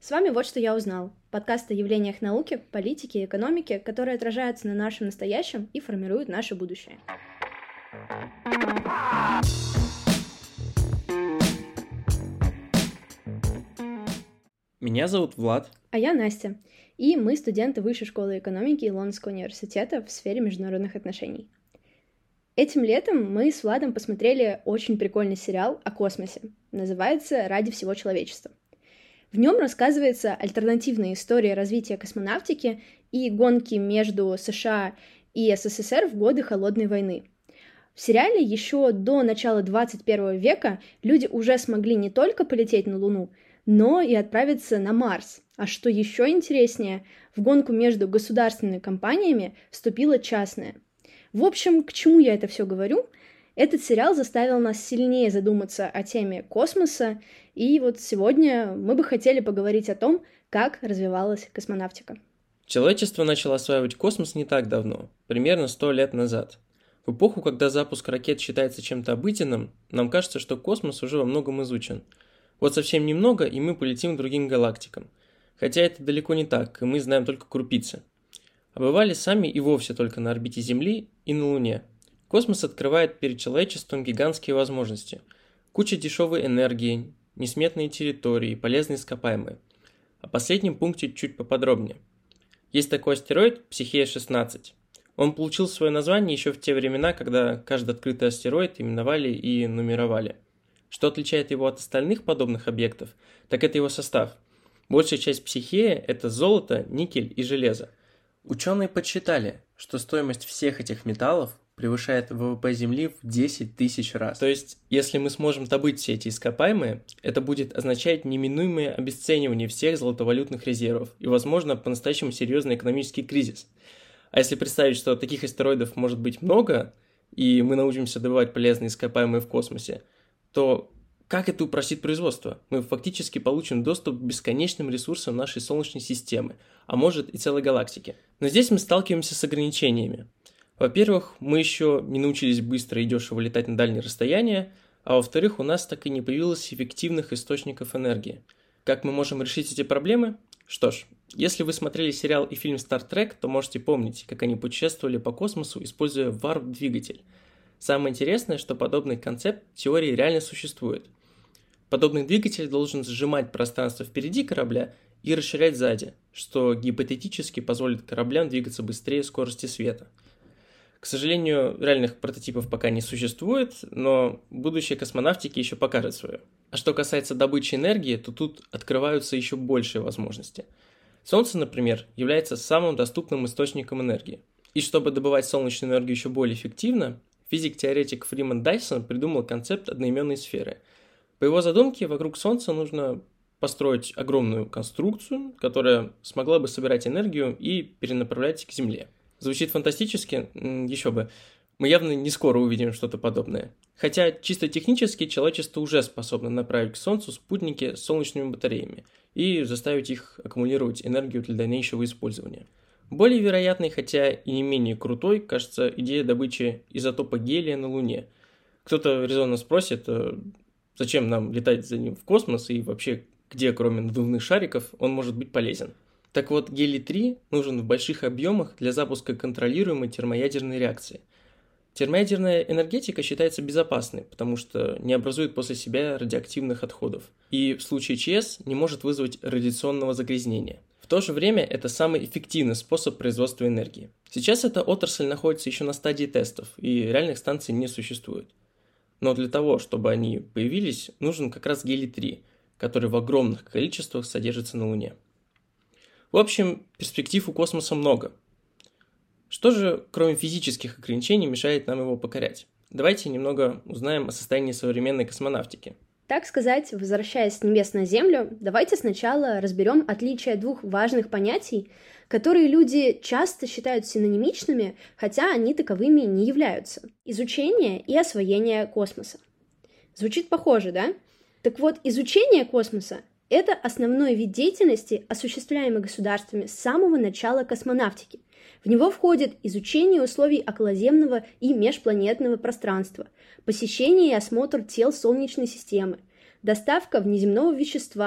С вами «Вот что я узнал» — подкаст о явлениях науки, политики и экономики, которые отражаются на нашем настоящем и формируют наше будущее. Меня зовут Влад. А я Настя, и мы студенты Высшей школы экономики Лондонского университета в сфере международных отношений. Этим летом мы с Владом посмотрели очень прикольный сериал о космосе. Называется «Ради всего человечества». В нем рассказывается альтернативная история развития космонавтики и гонки между США и СССР в годы Холодной войны. В сериале еще до начала 21 века люди уже смогли не только полететь на Луну, но и отправиться на Марс. А что еще интереснее, в гонку между государственными компаниями вступила частная. В общем, к чему я это все говорю? Этот сериал заставил нас сильнее задуматься о теме космоса, и вот сегодня мы бы хотели поговорить о том, как развивалась космонавтика. Человечество начало осваивать космос не так давно, примерно 100 лет назад. В эпоху, когда запуск ракет считается чем-то обыденным, нам кажется, что космос уже во многом изучен. Вот совсем немного, и мы полетим к другим галактикам. Хотя это далеко не так, и мы знаем только крупицы. А бывали сами и вовсе только на орбите Земли и на Луне. Космос открывает перед человечеством гигантские возможности. Куча дешевой энергии, несметные территории, полезные ископаемые. О последнем пункте чуть поподробнее. Есть такой астероид Психея-16. Он получил свое название еще в те времена, когда каждый открытый астероид именовали и нумеровали. Что отличает его от остальных подобных объектов, так это его состав. Большая часть Психея – это золото, никель и железо. Ученые подсчитали, что стоимость всех этих металлов превышает ВВП Земли в 10 тысяч раз. То есть, если мы сможем добыть все эти ископаемые, это будет означать неминуемое обесценивание всех золотовалютных резервов и, возможно, по-настоящему серьезный экономический кризис. А если представить, что таких астероидов может быть много, и мы научимся добывать полезные ископаемые в космосе, то как это упростит производство? Мы фактически получим доступ к бесконечным ресурсам нашей Солнечной системы, а может и целой галактики. Но здесь мы сталкиваемся с ограничениями. Во-первых, мы еще не научились быстро и дешево летать на дальние расстояния, а во-вторых, у нас так и не появилось эффективных источников энергии. Как мы можем решить эти проблемы? Что ж, если вы смотрели сериал и фильм Star Trek, то можете помнить, как они путешествовали по космосу, используя варп-двигатель. Самое интересное, что подобный концепт в теории реально существует. Подобный двигатель должен сжимать пространство впереди корабля и расширять сзади, что гипотетически позволит кораблям двигаться быстрее скорости света. К сожалению, реальных прототипов пока не существует, но будущее космонавтики еще покажет свое. А что касается добычи энергии, то тут открываются еще большие возможности. Солнце, например, является самым доступным источником энергии. И чтобы добывать солнечную энергию еще более эффективно, физик-теоретик Фриман Дайсон придумал концепт одноименной сферы. По его задумке, вокруг Солнца нужно построить огромную конструкцию, которая смогла бы собирать энергию и перенаправлять к Земле. Звучит фантастически, еще бы. Мы явно не скоро увидим что-то подобное. Хотя чисто технически человечество уже способно направить к Солнцу спутники с солнечными батареями и заставить их аккумулировать энергию для дальнейшего использования. Более вероятной, хотя и не менее крутой, кажется идея добычи изотопа гелия на Луне. Кто-то резонно спросит, зачем нам летать за ним в космос и вообще, где кроме надувных шариков он может быть полезен. Так вот, гелий-3 нужен в больших объемах для запуска контролируемой термоядерной реакции. Термоядерная энергетика считается безопасной, потому что не образует после себя радиоактивных отходов, и в случае ЧС не может вызвать радиационного загрязнения. В то же время это самый эффективный способ производства энергии. Сейчас эта отрасль находится еще на стадии тестов, и реальных станций не существует. Но для того, чтобы они появились, нужен как раз гелий-3, который в огромных количествах содержится на Луне. В общем, перспектив у космоса много. Что же, кроме физических ограничений, мешает нам его покорять? Давайте немного узнаем о состоянии современной космонавтики. Так сказать, возвращаясь с небес на Землю, давайте сначала разберем отличия двух важных понятий, которые люди часто считают синонимичными, хотя они таковыми не являются. Изучение и освоение космоса. Звучит похоже, да? Так вот, изучение космоса – это основной вид деятельности, осуществляемый государствами с самого начала космонавтики. В него входит изучение условий околоземного и межпланетного пространства, посещение и осмотр тел Солнечной системы, доставка внеземного вещества,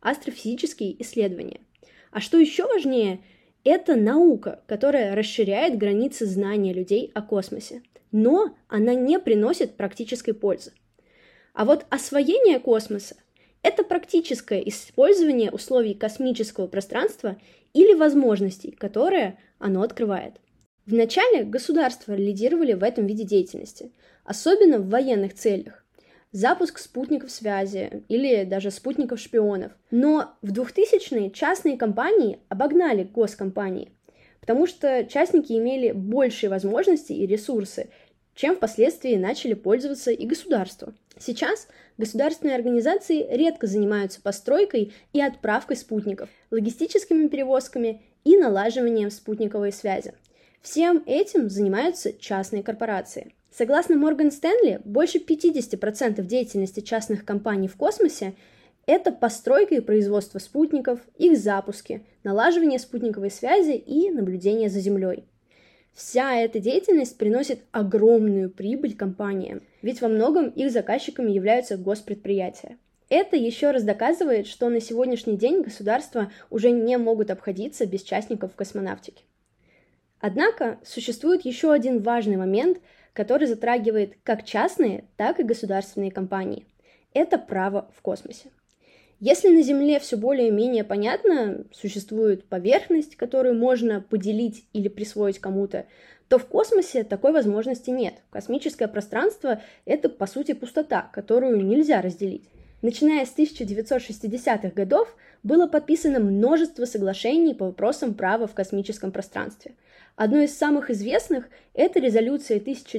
астрофизические исследования. А что еще важнее, это наука, которая расширяет границы знания людей о космосе, но она не приносит практической пользы. А вот освоение космоса – это практическое использование условий космического пространства или возможностей, которые оно открывает. Вначале государства лидировали в этом виде деятельности, особенно в военных целях. Запуск спутников связи или даже спутников-шпионов. Но в 2000-е частные компании обогнали госкомпании, потому что частники имели большие возможности и ресурсы, чем впоследствии начали пользоваться и государства. Сейчас государственные организации редко занимаются постройкой и отправкой спутников, логистическими перевозками и налаживанием спутниковой связи. Всем этим занимаются частные корпорации. Согласно Морган Стэнли, больше 50% деятельности частных компаний в космосе – это постройка и производство спутников, их запуски, налаживание спутниковой связи и наблюдение за Землей. Вся эта деятельность приносит огромную прибыль компаниям, ведь во многом их заказчиками являются госпредприятия. Это еще раз доказывает, что на сегодняшний день государства уже не могут обходиться без частников в космонавтике. Однако существует еще один важный момент, который затрагивает как частные, так и государственные компании. Это право в космосе. Если на Земле все более-менее понятно, существует поверхность, которую можно поделить или присвоить кому-то, то в космосе такой возможности нет. Космическое пространство – это, по сути, пустота, которую нельзя разделить. Начиная с 1960-х годов было подписано множество соглашений по вопросам права в космическом пространстве. Одно из самых известных – это резолюция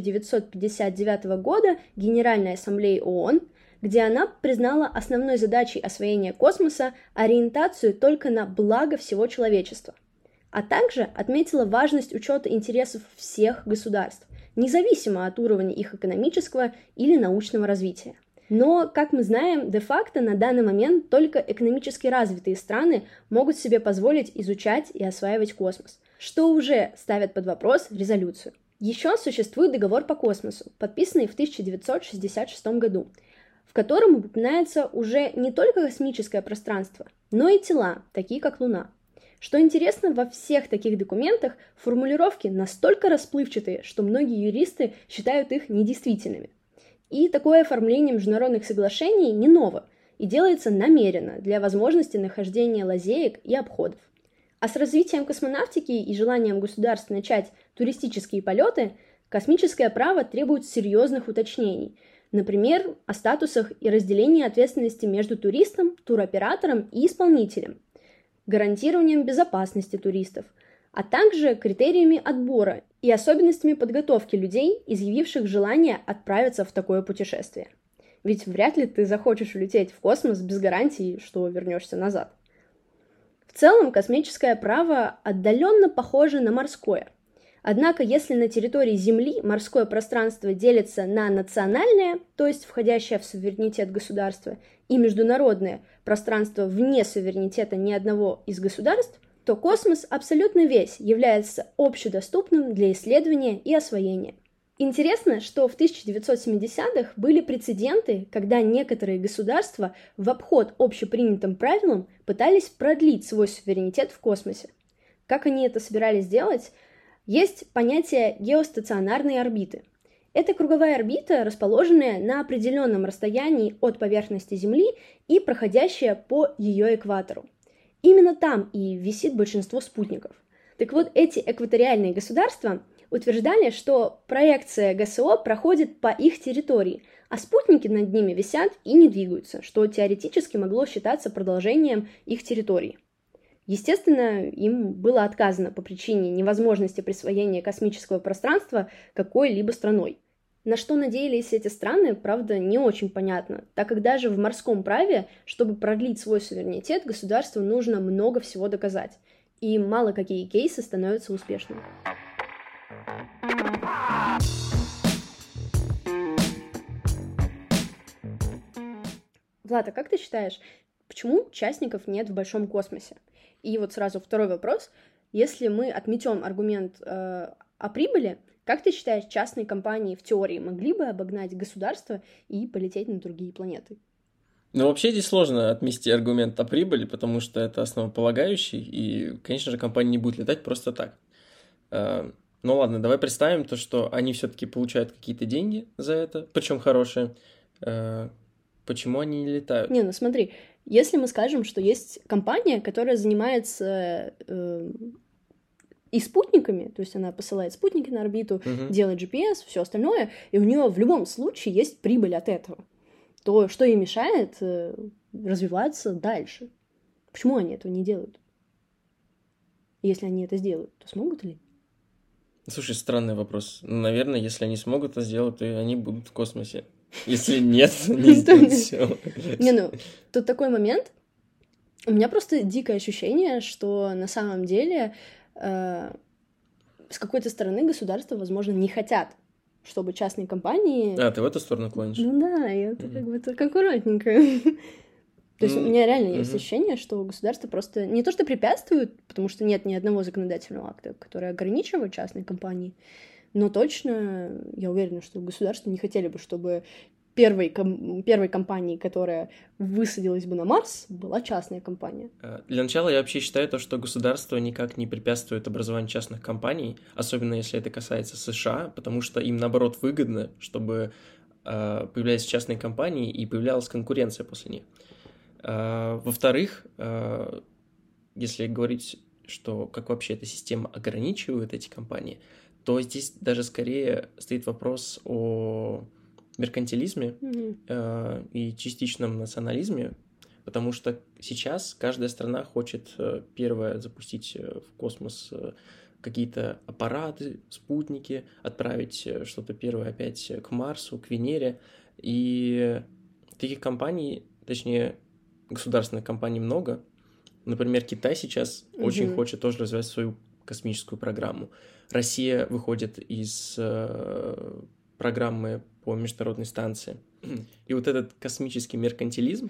1959 года Генеральной Ассамблеи ООН, где она признала основной задачей освоения космоса ориентацию только на благо всего человечества, а также отметила важность учета интересов всех государств, независимо от уровня их экономического или научного развития. Но, как мы знаем, де-факто на данный момент только экономически развитые страны могут себе позволить изучать и осваивать космос, что уже ставит под вопрос резолюцию. Еще существует договор по космосу, подписанный в 1966 году, в котором упоминается уже не только космическое пространство, но и тела, такие как Луна. Что интересно, во всех таких документах формулировки настолько расплывчатые, что многие юристы считают их недействительными. И такое оформление международных соглашений не ново и делается намеренно для возможности нахождения лазеек и обходов. А с развитием космонавтики и желанием государств начать туристические полеты, космическое право требует серьезных уточнений, например, о статусах и разделении ответственности между туристом, туроператором и исполнителем, гарантированием безопасности туристов, а также критериями отбора и особенностями подготовки людей, изъявивших желание отправиться в такое путешествие. Ведь вряд ли ты захочешь улететь в космос без гарантии, что вернешься назад. В целом, космическое право отдаленно похоже на морское. Однако, если на территории Земли морское пространство делится на национальное, то есть входящее в суверенитет государства, и международное пространство вне суверенитета ни одного из государств, то космос абсолютно весь является общедоступным для исследования и освоения. Интересно, что в 1970-х были прецеденты, когда некоторые государства в обход общепринятым правилам пытались продлить свой суверенитет в космосе. Как они это собирались делать? Есть понятие геостационарной орбиты. Это круговая орбита, расположенная на определенном расстоянии от поверхности Земли и проходящая по ее экватору. Именно там и висит большинство спутников. Так вот, эти экваториальные государства утверждали, что проекция ГСО проходит по их территории, а спутники над ними висят и не двигаются, что теоретически могло считаться продолжением их территории. Естественно, им было отказано по причине невозможности присвоения космического пространства какой-либо страной. На что надеялись эти страны, правда, не очень понятно, так как даже в морском праве, чтобы продлить свой суверенитет, государству нужно много всего доказать, и мало какие кейсы становятся успешными. Влад, а как ты считаешь, почему частников нет в большом космосе? И вот сразу второй вопрос. Если мы отметем аргумент о прибыли, как ты считаешь, частные компании в теории могли бы обогнать государство и полететь на другие планеты? Ну, вообще здесь сложно отмести аргумент о прибыли, потому что это основополагающий, и, конечно же, компания не будет летать просто так. Ну ладно, давай представим то, что они все-таки получают какие-то деньги за это, причем хорошие. Почему они не летают? Не, ну смотри, если мы скажем, что есть компания, которая занимается и спутниками, то есть она посылает спутники на орбиту, делает GPS, все остальное, и у нее в любом случае есть прибыль от этого, то что ей мешает развиваться дальше? Почему они этого не делают? Если они это сделают, то смогут ли? Слушай, странный вопрос. Ну, наверное, если они смогут это сделать, то они будут в космосе. Если нет, не сделают все. Не, ну, тут такой момент. У меня просто дикое ощущение, что на самом деле с какой-то стороны государства, возможно, не хотят, чтобы частные компании... А, ты в эту сторону клонишь? Ну да, я как бы так аккуратненько. То есть у меня реально есть ощущение, что государство просто не то что препятствует, потому что нет ни одного законодательного акта, который ограничивает частные компании, но точно я уверена, что государство не хотели бы, чтобы первой компанией, которая высадилась бы на Марс, была частная компания. Для начала я вообще считаю то, что государство никак не препятствует образованию частных компаний, особенно если это касается США, потому что им, наоборот, выгодно, чтобы появлялись частные компании и появлялась конкуренция после них. Во-вторых, если говорить, что как вообще эта система ограничивает эти компании, то здесь даже скорее стоит вопрос о меркантилизме и частичном национализме, потому что сейчас каждая страна хочет первое запустить в космос какие-то аппараты, спутники, отправить что-то первое опять к Марсу, к Венере, и таких компаний, точнее, государственных компаний много. Например, Китай сейчас очень хочет тоже развивать свою космическую программу. Россия выходит из программы по международной станции. И вот этот космический меркантилизм,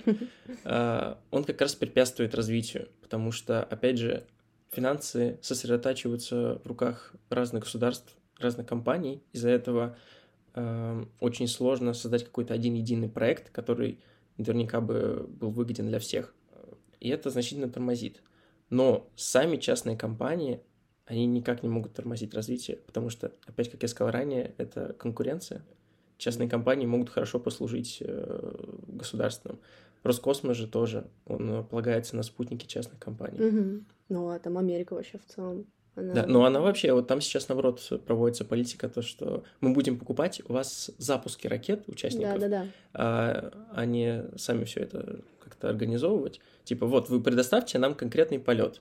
он как раз препятствует развитию, потому что, опять же, финансы сосредотачиваются в руках разных государств, разных компаний. Из-за этого очень сложно создать какой-то один единый проект, который наверняка бы был выгоден для всех. И это значительно тормозит. Но сами частные компании, они никак не могут тормозить развитие, потому что, опять, как я сказал ранее, это конкуренция. Частные компании могут хорошо послужить государственным. Роскосмос же тоже, он полагается на спутники частных компаний. Ну, а там Америка вообще в целом. Да, но она вообще, вот там сейчас, наоборот, проводится политика, то, что мы будем покупать у вас запуски ракет участников, а не сами все это как-то организовывать. Типа, вот, вы предоставьте нам конкретный полет,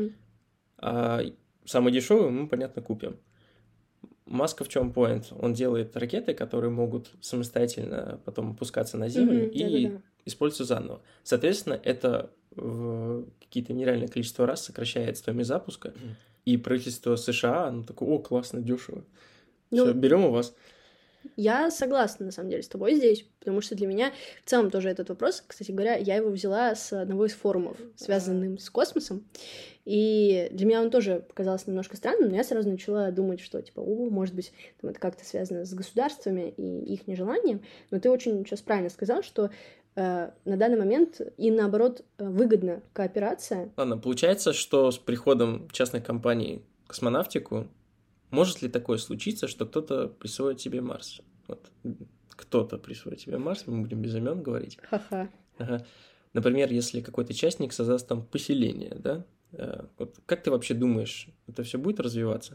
а самый дешевый мы, понятно, купим. Маска в чем поинт? Он делает ракеты, которые могут самостоятельно потом опускаться на Землю и используются заново. Соответственно, это в какие-то нереальное количество раз сокращает стоимость запуска. И правительство США, оно такое, о, классно, дешево. Все, берем у вас. Я согласна, на самом деле, с тобой здесь, потому что для меня в целом тоже этот вопрос, кстати говоря, я его взяла с одного из форумов, связанным с космосом, и для меня он тоже показался немножко странным, но я сразу начала думать, что, типа, может быть, там, это как-то связано с государствами и их нежеланием, но ты очень сейчас правильно сказал, что на данный момент им, наоборот, выгодна кооперация. Ладно, получается, что с приходом частных компаний в космонавтику может ли такое случиться, что кто-то присвоит себе Марс? Вот. Кто-то присвоит себе Марс, мы будем без имен говорить. Ха-ха. Ага. Например, если какой-то частник создаст там поселение, да? Вот как ты вообще думаешь, это все будет развиваться?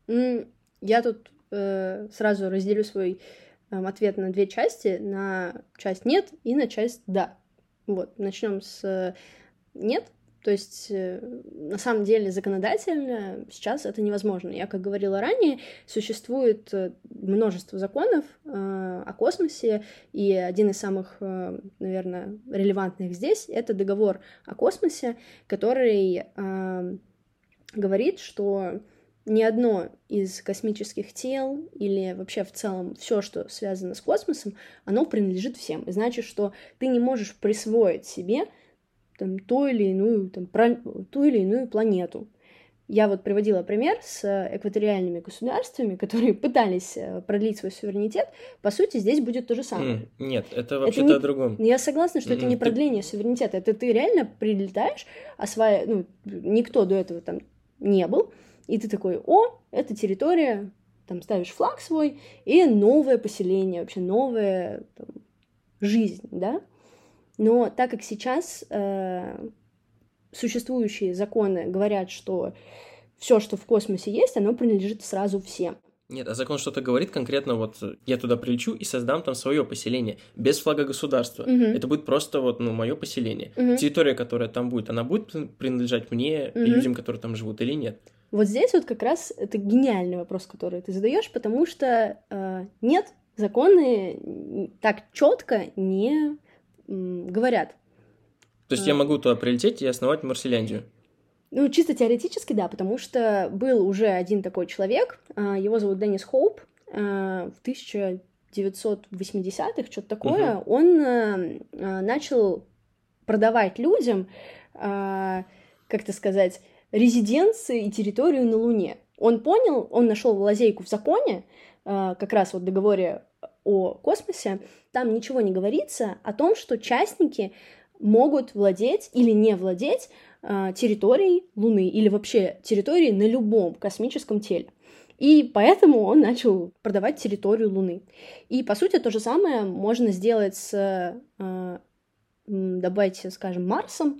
Я тут сразу разделю свой ответ на две части, на часть нет и на часть да. Вот, начнем с нет. То есть, на самом деле, законодательно сейчас это невозможно. Я, как говорила ранее, существует множество законов о космосе, и один из самых, наверное, релевантных здесь — это договор о космосе, который говорит, что ни одно из космических тел или вообще в целом все, что связано с космосом, оно принадлежит всем. И значит, что ты не можешь присвоить себе там, ту или иную планету. Я вот приводила пример с экваториальными государствами, которые пытались продлить свой суверенитет. По сути, здесь будет то же самое. Нет, это вообще-то о другом. Я согласна, что это не продление суверенитета. Это ты реально прилетаешь, никто до этого там не был, и ты такой: о, это территория, там ставишь флаг свой, и новое поселение, вообще новая там жизнь, да? Но так как сейчас существующие законы говорят, что все, что в космосе есть, оно принадлежит сразу всем. Нет, а закон что-то говорит конкретно, вот я туда прилечу и создам там свое поселение, без флага государства. Это будет просто мое поселение. Территория, которая там будет, она будет принадлежать мне и людям, которые там живут, или нет? Вот здесь вот как раз это гениальный вопрос, который ты задаешь, потому что нет, законы так четко не говорят. То есть я могу туда прилететь и основать Марселяндию? Ну, чисто теоретически, да, потому что был уже один такой человек, его зовут Деннис Хоуп, в 1980-х, что-то такое, он начал продавать людям, как это сказать, резиденции и территорию на Луне. Он понял, он нашел лазейку в законе, как раз вот в договоре о космосе, там ничего не говорится о том, что частники могут владеть или не владеть территорией Луны или вообще территорией на любом космическом теле. И поэтому он начал продавать территорию Луны. И, по сути, то же самое можно сделать с, давайте скажем, Марсом.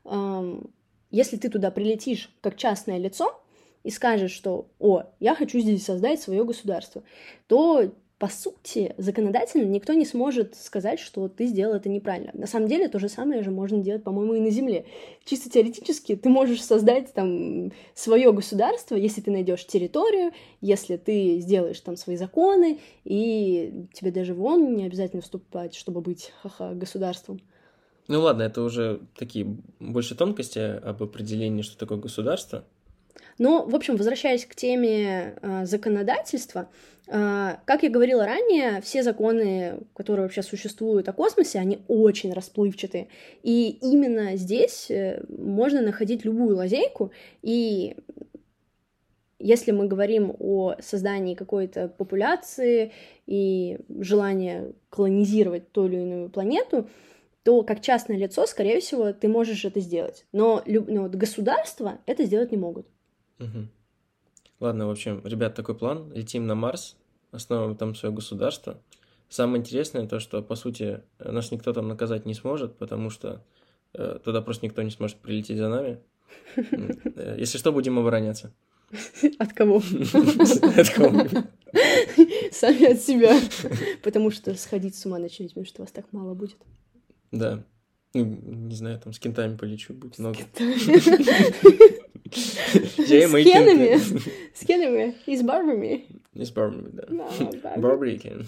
Если ты туда прилетишь как частное лицо и скажешь, что я хочу здесь создать свое государство, то, по сути, законодательно никто не сможет сказать, что ты сделал это неправильно. На самом деле, то же самое же можно делать, по-моему, и на Земле. Чисто теоретически ты можешь создать там свое государство, если ты найдешь территорию, если ты сделаешь там свои законы, и тебе даже в ООН не обязательно вступать, чтобы быть государством. Ну ладно, это уже такие больше тонкости об определении, что такое государство. Но, в общем, возвращаясь к теме законодательства, как я говорила ранее, все законы, которые вообще существуют о космосе, они очень расплывчатые. И именно здесь можно находить любую лазейку. И если мы говорим о создании какой-то популяции и желании колонизировать ту или иную планету, то как частное лицо, скорее всего, ты можешь это сделать. Но вот государства это сделать не могут. Ладно, в общем, ребят, такой план. Летим на Марс, основываем там свое государство. Самое интересное то, что, по сути, нас никто там наказать не сможет, потому что туда просто никто не сможет прилететь за нами. Если что, будем обороняться. От кого? От кого? Сами от себя. Потому что сходить с ума начнете, потому что вас так мало будет. Да. Ну, не знаю, там с кентами полечу, будет много. С кенами и с барбами. И с барбами, да. Барбари кен.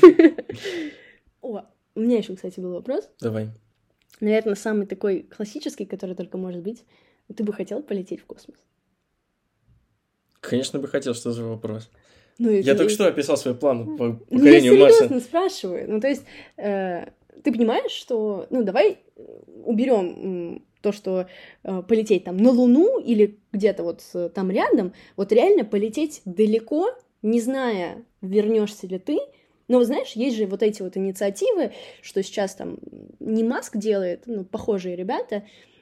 О, у меня еще, кстати, был вопрос. Давай. Наверное, самый такой классический, который только может быть. Ты бы хотел полететь в космос? Конечно бы хотел, что за вопрос. Я только что описал свой план по покорению Марса. Я серьезно спрашиваю. Ну, то есть, ты понимаешь, что... Ну, давай уберем то, что полететь там на Луну или где-то вот там рядом, вот реально полететь далеко, не зная, вернешься ли ты. Но, знаешь, есть же вот эти вот инициативы, что сейчас там не Маск делает, похожие ребята,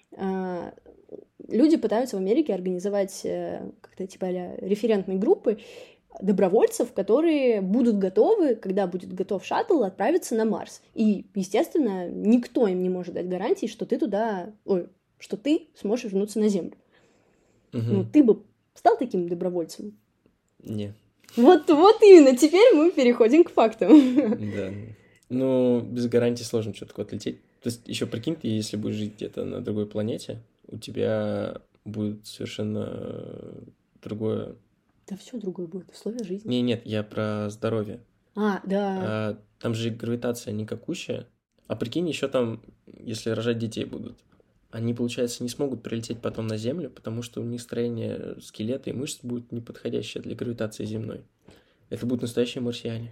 люди пытаются в Америке организовать как-то типа референтные группы добровольцев, которые будут готовы, когда будет готов шаттл, отправиться на Марс. И, естественно, никто им не может дать гарантии, что ты что ты сможешь вернуться на Землю. Ну, ты бы стал таким добровольцем? Нет. Вот именно, теперь мы переходим к фактам. Да. Ну, без гарантии сложно что-то такое отлететь. То есть, еще прикинь, ты, если будешь жить где-то на другой планете, у тебя будет совершенно другое... Да все другое будет, условия жизни. Нет, я про здоровье. Да. Там же гравитация никакущая. А прикинь, еще там, если рожать детей будут, они, получается, не смогут прилететь потом на Землю, потому что у них строение скелета и мышц будет неподходящее для гравитации земной. Это будут настоящие марсиане.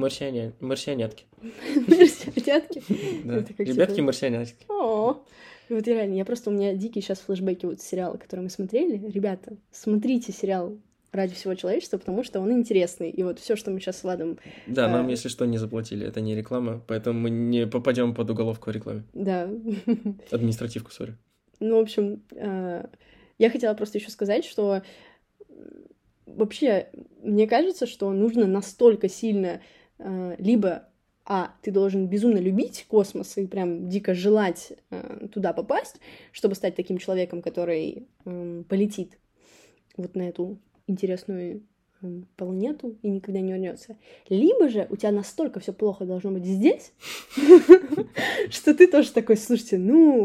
Марсианятки. Марсианятки? Да. Ребятки-марсианятки. Вот реально, у меня дикие сейчас флешбеки вот сериала, который мы смотрели. Ребята, смотрите сериал «Ради всего человечества», потому что он интересный. И вот все, что мы сейчас с Владом... Да, нам, если что, не заплатили. Это не реклама, поэтому мы не попадем под уголовку о рекламе. Да. Административку, сори. Ну, в общем, я хотела просто еще сказать, что вообще, мне кажется, что нужно настолько сильно либо ты должен безумно любить космос и прям дико желать туда попасть, чтобы стать таким человеком, который полетит вот на эту интересную планету и никогда не вернется. Либо же у тебя настолько все плохо должно быть здесь, что ты тоже такой, слушайте,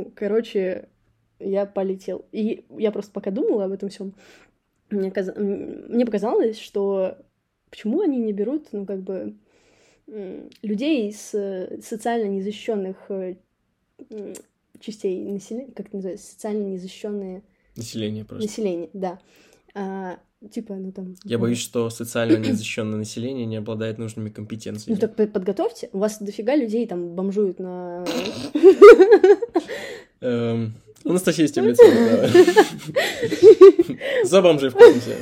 я полетел. И я просто пока думала об этом всем, мне показалось, что почему они не берут, людей из социально незащищенных частей населения, как это называется, социально незащищенные... Население просто. Население, да. Я боюсь, что социально незащищенное население не обладает нужными компетенциями. Ну так подготовьте, у вас дофига людей там бомжуют на... Анастасия Стеблицова, да. За бомжей в космосе.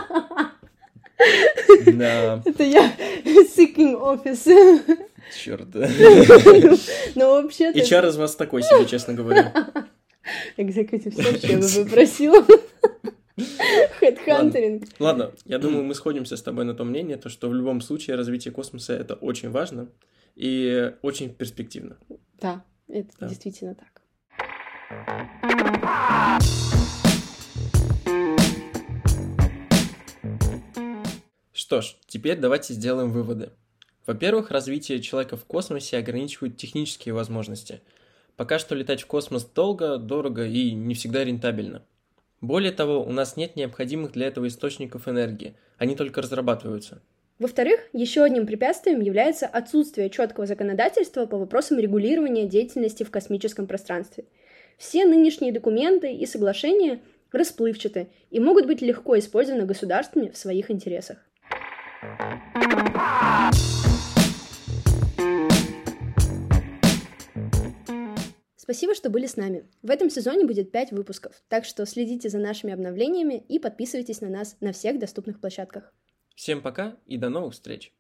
Да. Это я seeking office. Чёрт. Но вообще-то... HR из вас такой себе, честно говоря. Executive search я бы попросила. Headhunting. Ладно, я думаю, мы сходимся с тобой на том мнении, то, что в любом случае развитие космоса — это очень важно и очень перспективно. Да, это действительно так. Что ж, теперь давайте сделаем выводы. Во-первых, развитие человека в космосе ограничивают технические возможности. Пока что летать в космос долго, дорого и не всегда рентабельно. Более того, у нас нет необходимых для этого источников энергии, они только разрабатываются. Во-вторых, еще одним препятствием является отсутствие четкого законодательства по вопросам регулирования деятельности в космическом пространстве. Все нынешние документы и соглашения расплывчаты и могут быть легко использованы государствами в своих интересах. Спасибо, что были с нами. В этом сезоне будет 5 выпусков, так что следите за нашими обновлениями и подписывайтесь на нас на всех доступных площадках. Всем пока и до новых встреч!